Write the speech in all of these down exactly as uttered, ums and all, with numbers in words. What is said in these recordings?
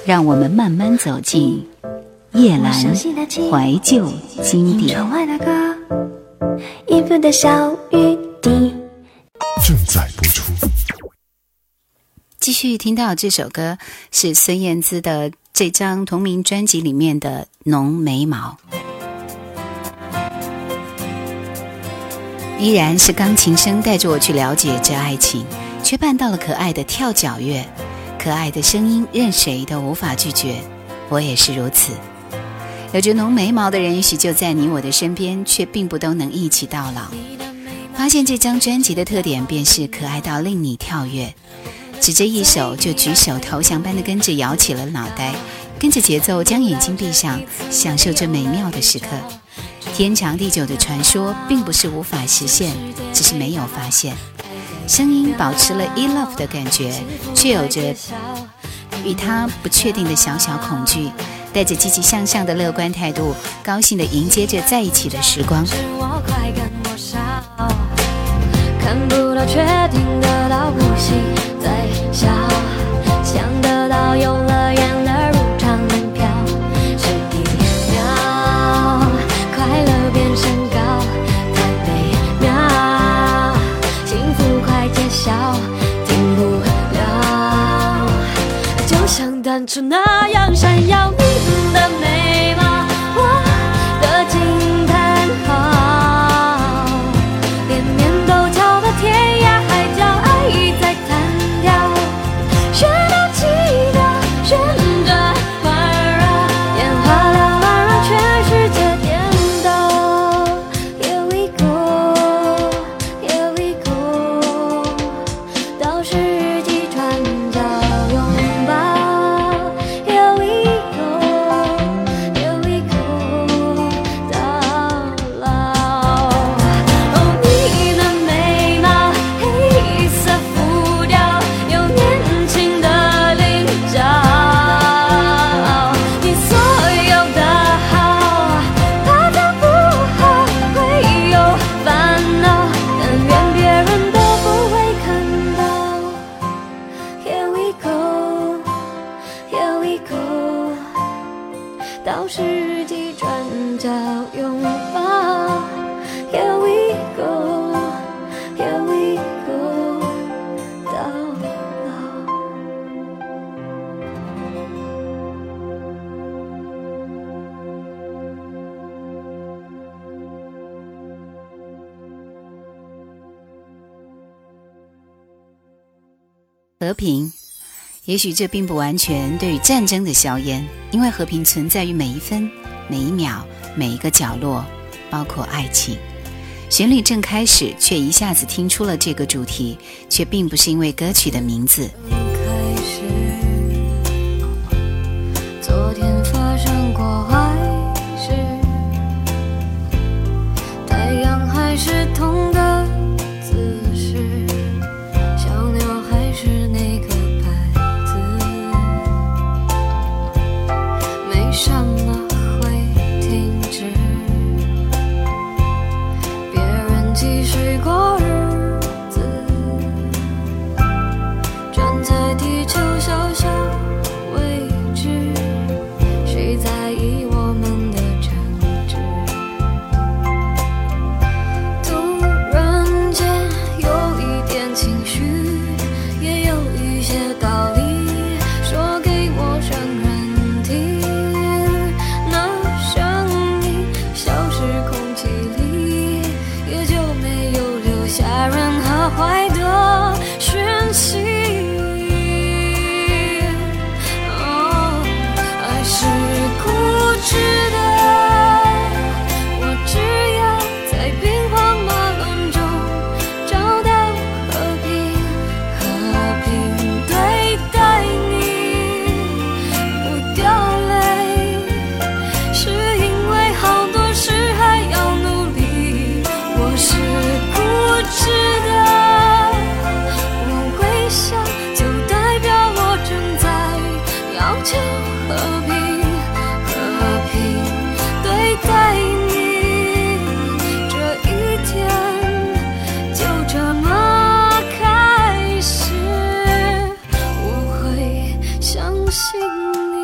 让我们慢慢走进夜阑怀旧经典。 音符的小雨滴正在播出。 继续听到这首歌是孙燕姿的这张同名专辑里面的《浓眉毛》，依然是钢琴声带着我去了解这爱情，却伴到了可爱的跳脚乐，可爱的声音任谁都无法拒绝，我也是如此。有着浓眉毛的人也许就在你我的身边，却并不都能一起到老。发现这张专辑的特点便是可爱到令你跳跃，指着一首就举手投降般的跟着摇起了脑袋，跟着节奏将眼睛闭上，享受这美妙的时刻。天长地久的传说并不是无法实现，只是没有发现。声音保持了 e-love 的感觉，却有着与他不确定的小小恐惧，带着积极向上的乐观态度，高兴地迎接着在一起的时光。 看不到确定得到呼吸在笑，想得到游乐园的入场门票，是一秒快乐变升高，太美妙，幸福快揭晓，停不了，就像单纯那样闪耀你的眉毛，我的惊叹号，连绵陡峭的天涯海角，爱意在弹跳，喧闹起的旋转环绕，眼花缭乱让全世界颠倒。 Here we go, here we go， 到世纪转角拥抱。Here we go, here we go， 到老。哦，你的眉毛黑色浮雕，有年轻的棱角，你所有的好，怕它不好，会有烦恼，但愿别人都不会看到。Here we go, here we go， 到世纪转角拥抱。Here we go, here we go， 到老。 和平，也许这并不完全对于战争的硝烟，因为和平存在于每一分每一秒每一个角落，包括爱情。旋律正开始，却一下子听出了这个主题，却并不是因为歌曲的名字。 开始，昨天发生过坏事，太阳还是同个姿势，小鸟还是那个牌子，没什么会停止，别人继续过日子，站在地球小小位置，谁在意我们的争执？突然间有一点情绪，也有一些道理，说给陌生人听，那声音消失空气里，也就没有留下任何坏的讯息。哦，爱是固执的，我只要在兵荒马乱中找到和平，和平对待你，不掉泪，是因为好多事还要努力。我是固执的，我微笑就代表我正在要求和平，和平对待你，这一天就这么开始，我会相信你。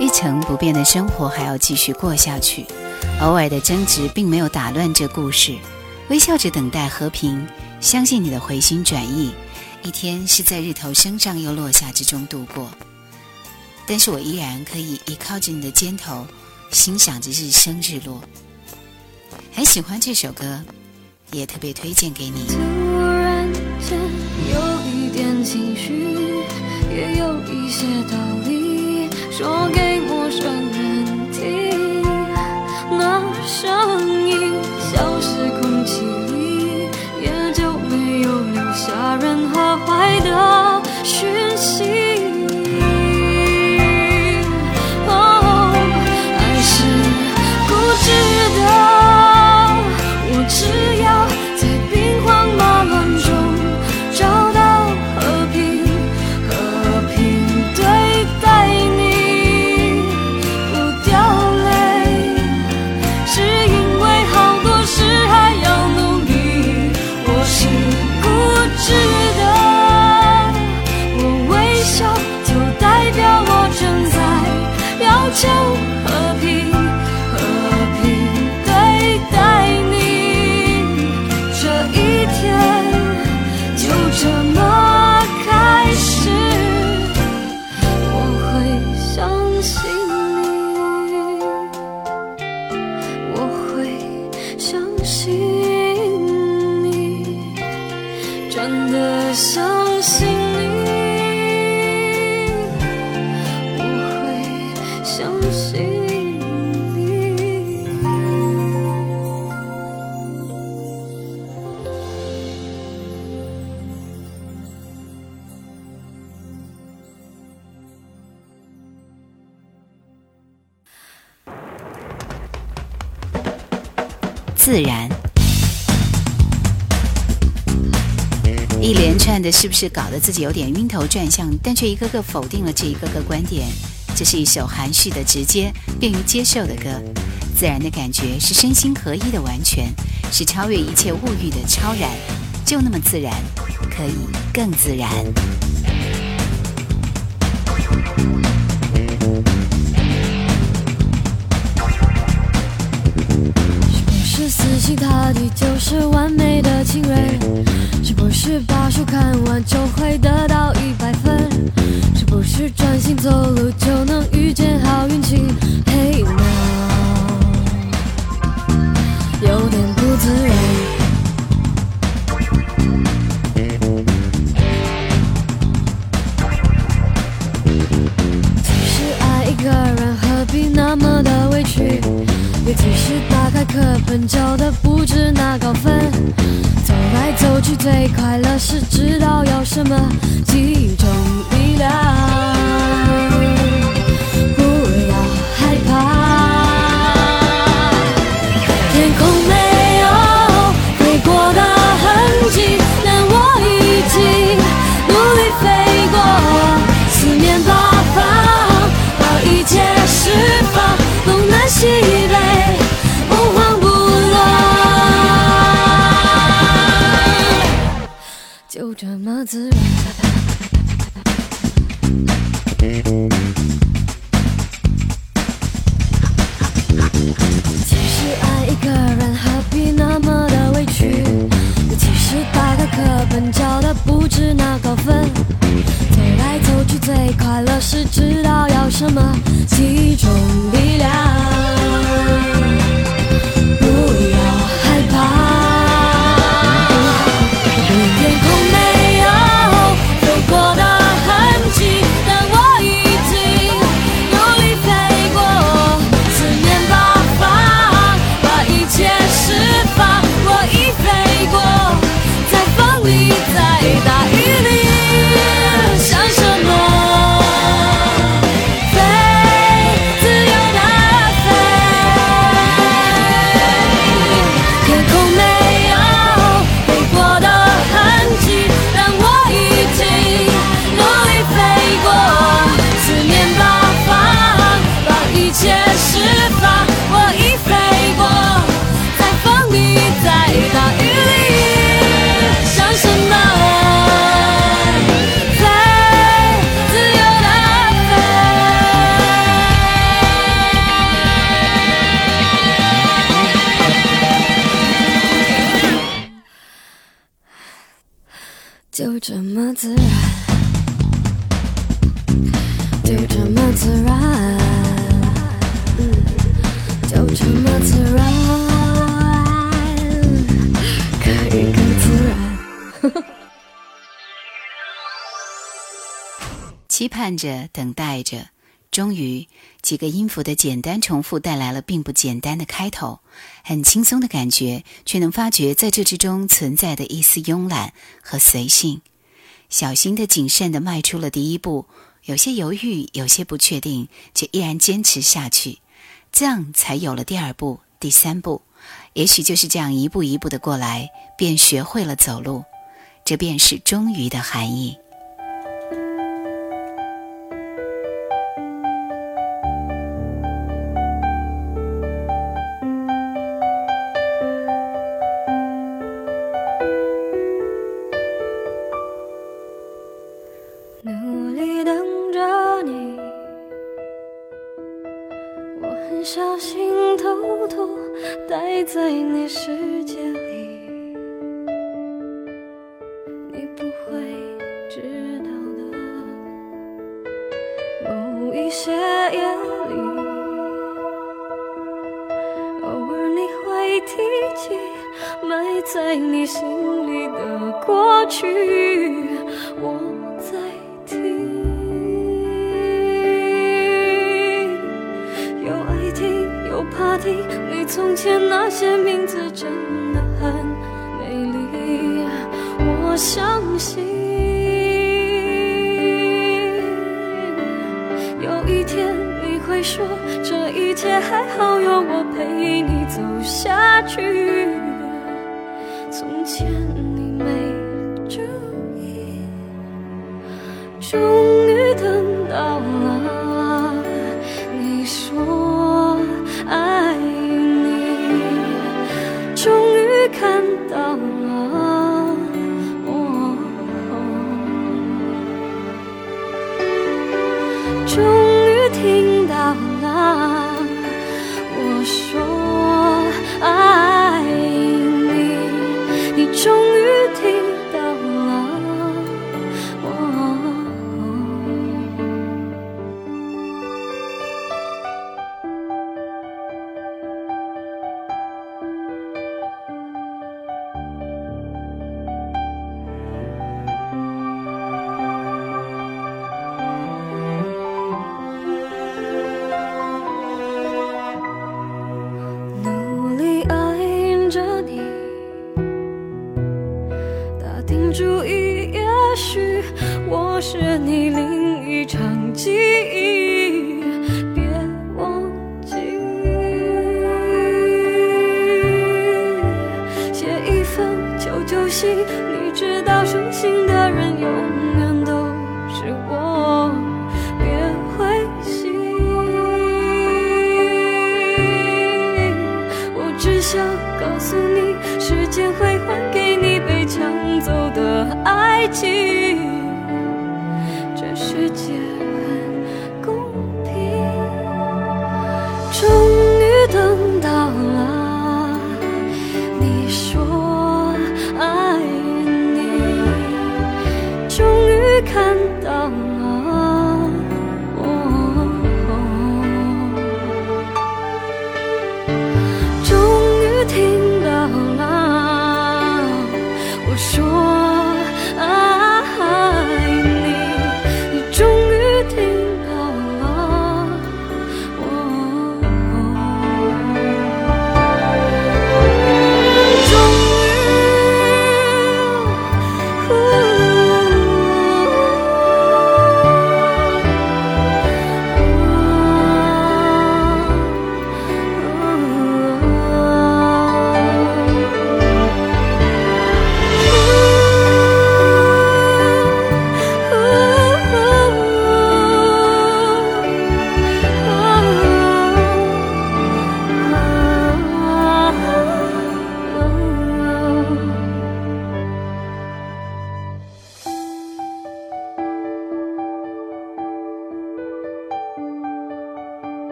一成不变的生活还要继续过下去，偶尔的争执并没有打乱这故事。微笑着等待和平，相信你的回心转意，一天是在日头升上又落下之中度过。但是我依然可以依靠着你的肩头，欣赏着日升日落。很喜欢这首歌，也特别推荐给你。 突然间有一点情绪，也有一些道理说给陌生人听，那声音消失空气里，也就没有留下任何坏的讯息。哦，爱是固执的，我只要在兵荒马乱中找到和平，和平对待你，不掉泪，是因为好多事还要努力。我是固执的，我微笑就代表我正在要求和平，和平对待你。这一天就这么开始，我会相信你，我会相信你，真的相信你，我会相信你。 自然，一连串的是不是搞得自己有点晕头转向，但却一个个否定了这一个个观点。这是一首含蓄的直接，便于接受的歌。自然的感觉是身心合一的完全，是超越一切物欲的超然，就那么自然，可以更自然。 是死心塌地就是完美的情人，是不是把书看完就会得到一百分？是不是专心走路就能遇见好运气？嘿，那有点不自然。其实爱一个人何必那么的委屈？尤其是打开课本教的不止拿高分，走来走去最快乐是知道要什么，集中力量，不要害怕。天空没有飞过的痕迹，但我已经努力飞过四面八方，把一切释放，东南西北。就这么自然。其实爱一个人何必那么的委屈？尤其是打开课本教的不止拿高分，走来走去最快乐是知道要什么，集中力量，不要害怕。天空没有飞过的痕迹，但我已经努力飞过四面八方，把一切释放。我已飞过，在风里，在大雨里，想什么？飞，自由的就这么自然，就这么自然，嗯，就这么自然，可以更自然。 期盼着，等待着，终于几个音符的简单重复带来了并不简单的开头，很轻松的感觉，却能发觉在这之中存在的一丝慵懒和随性。小心的谨慎的迈出了第一步，有些犹豫，有些不确定，却依然坚持下去，这样才有了第二步、第三步。也许就是这样一步一步的过来，便学会了走路，这便是终于的含义。 努力等着你，我很小心偷偷待在你世界里，你不会知道的。某一些夜里，偶尔你会提起埋在你心里的过去，我在有爱听有怕听，你从前那些名字真的很美丽，我相信有一天你会说这一切还好，有我陪你走下去。从前你没注意，终于等到了你说爱你，终于看到了我，终于听到了我说爱你，你终于听到了我。努力爱着你，打定主意，也许我是你另一场记忆，别忘记写一封救救信，你知道伤心的人永远都是我，别灰心，我只想告诉你，时间会还给你被抢走的爱情，这世界很公平，终于等到了你说爱你，终于看到了我，终于听到了我说爱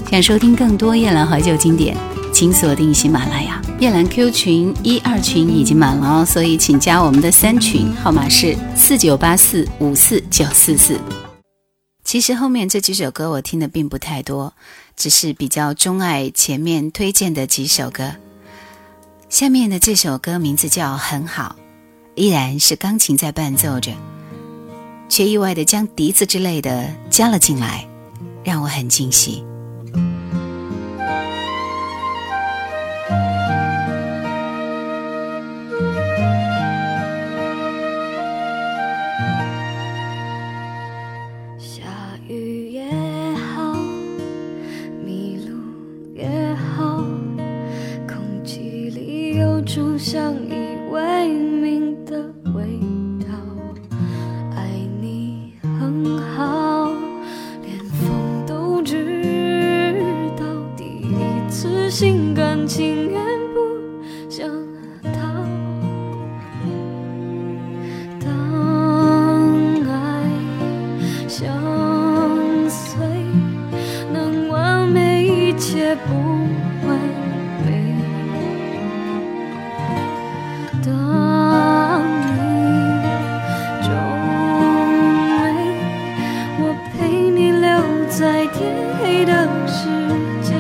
想收听更多夜兰怀旧经典，请锁定喜马拉雅。夜兰 Q 群一二群已经满了哦，所以请加我们的三群，号码是四九八四五四九四四。其实后面这几首歌我听的并不太多，只是比较钟爱前面推荐的几首歌。下面的这首歌名字叫《很好》，依然是钢琴在伴奏着，却意外地将笛子之类的加了进来，让我很惊喜。 下雨也好，迷路也好，空气里有种相依为命的味道。爱你很好，连风都知道，第一次心甘情愿不想逃。当爱相随，能完美一切不完美。当你皱眉，我陪你留在天黑的世界。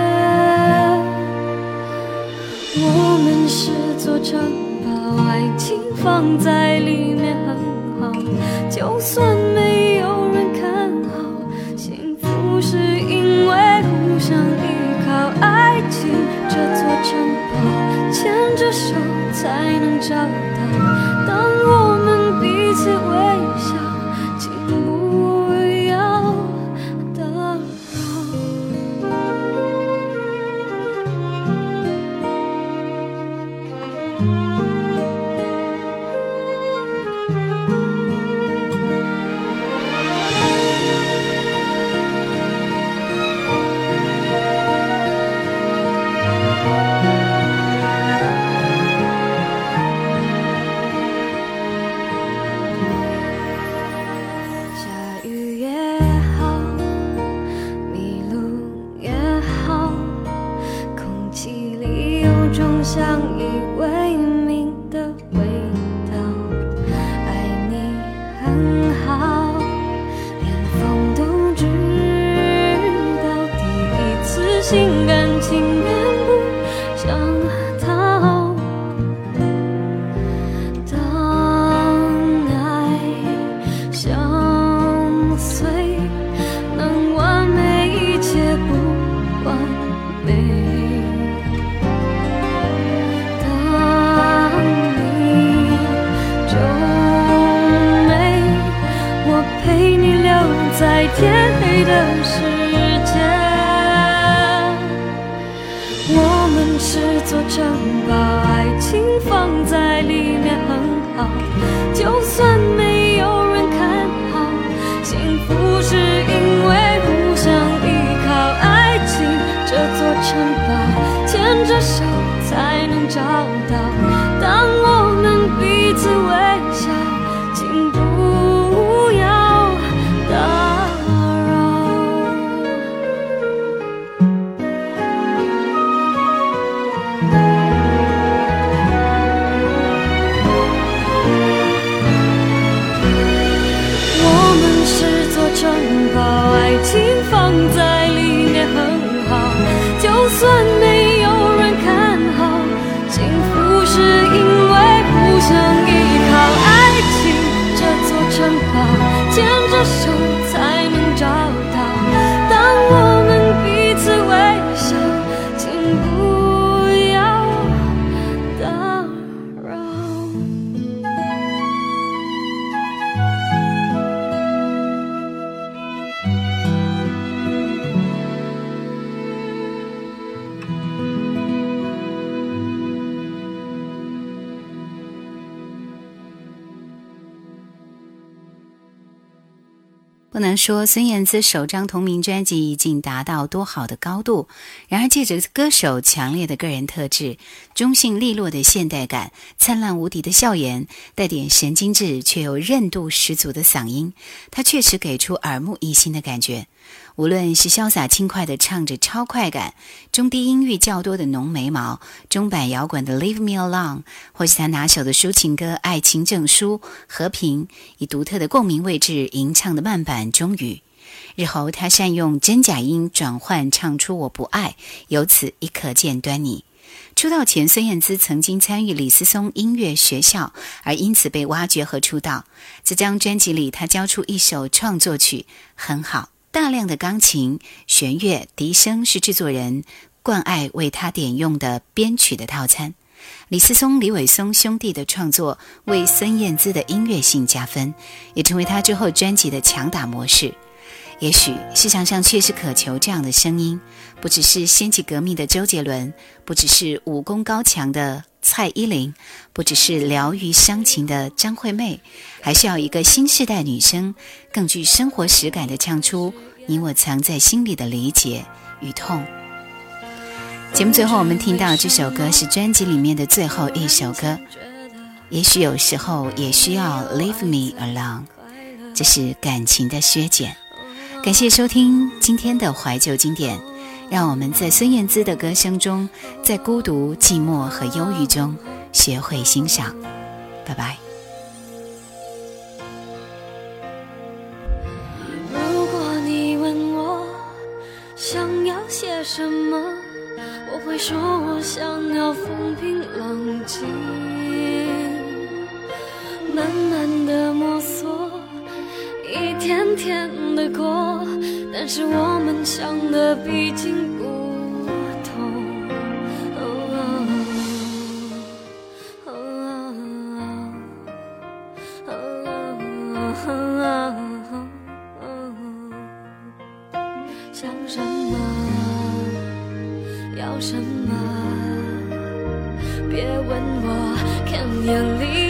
我们是座城堡，爱情放在里面很好，就算没有人看好，幸福是因为互相依靠。爱情这座城堡，牵着手才能找到。当我们彼此微笑，请不要打扰。下雨也好，迷路也好，空气里有种相依为命的味道。爱你很好，连风都知道，第一次心甘情愿不想逃。当爱相随，能完美一切不完美。当你皱眉，我陪你留在天黑的世界。我们是座城堡，爱情放在里面很好，就算没有人看好，幸福是因为互相依靠。爱情这座城堡，牵着手才能找到。当我们彼此微笑，请不要打扰。我们是座城堡，爱情放在里面很好，就算没有人看好，幸福是因为互相依靠。爱情这座城堡，牵着手才能找到。当我们彼此微笑，请不要打扰。 不能说孙燕姿首张同名专辑已经达到多好的高度，然而借着歌手强烈的个人特质、中性利落的现代感、灿烂无敌的笑颜，带点神经质却又韧度十足的嗓音，他确实给出耳目一新的感觉。 无论是潇洒轻快的唱着超快感，中低音域较多的浓眉毛，中版摇滚的 Leave Me Alone， 或是他拿手的抒情歌爱情证书、和平，以独特的共鸣位置吟唱的慢版终于。日后他善用真假音转换唱出我不爱，由此亦可见端倪。出道前，孙燕姿曾经参与李思松音乐学校，而因此被挖掘和出道。这张专辑里，她交出一首创作曲，很好，大量的钢琴、弦乐、笛声是制作人冠爱为她点用的编曲的套餐。李思松、李伟松兄弟的创作为孙燕姿的音乐性加分，也成为她之后专辑的强打模式。也许市场上确实渴求这样的声音，不只是掀起革命的周杰伦，不只是武功高强的蔡依林，不只是疗愈伤情的张惠妹，还需要一个新世代女生更具生活实感地唱出你我藏在心里的理解与痛。节目最后我们听到这首歌是专辑里面的最后一首歌，也许有时候也需要 Leave Me Alone， 这是感情的削减。感谢收听今天的怀旧经典，让我们在孙燕姿的歌声中，在孤独、寂寞和忧郁中学会欣赏。拜拜。 如果你问我想要些什么，我会说我想要风平浪静，慢慢的摸索，一天天的过，但是我们想的毕竟不同。想什么，要什么，别问我，看眼里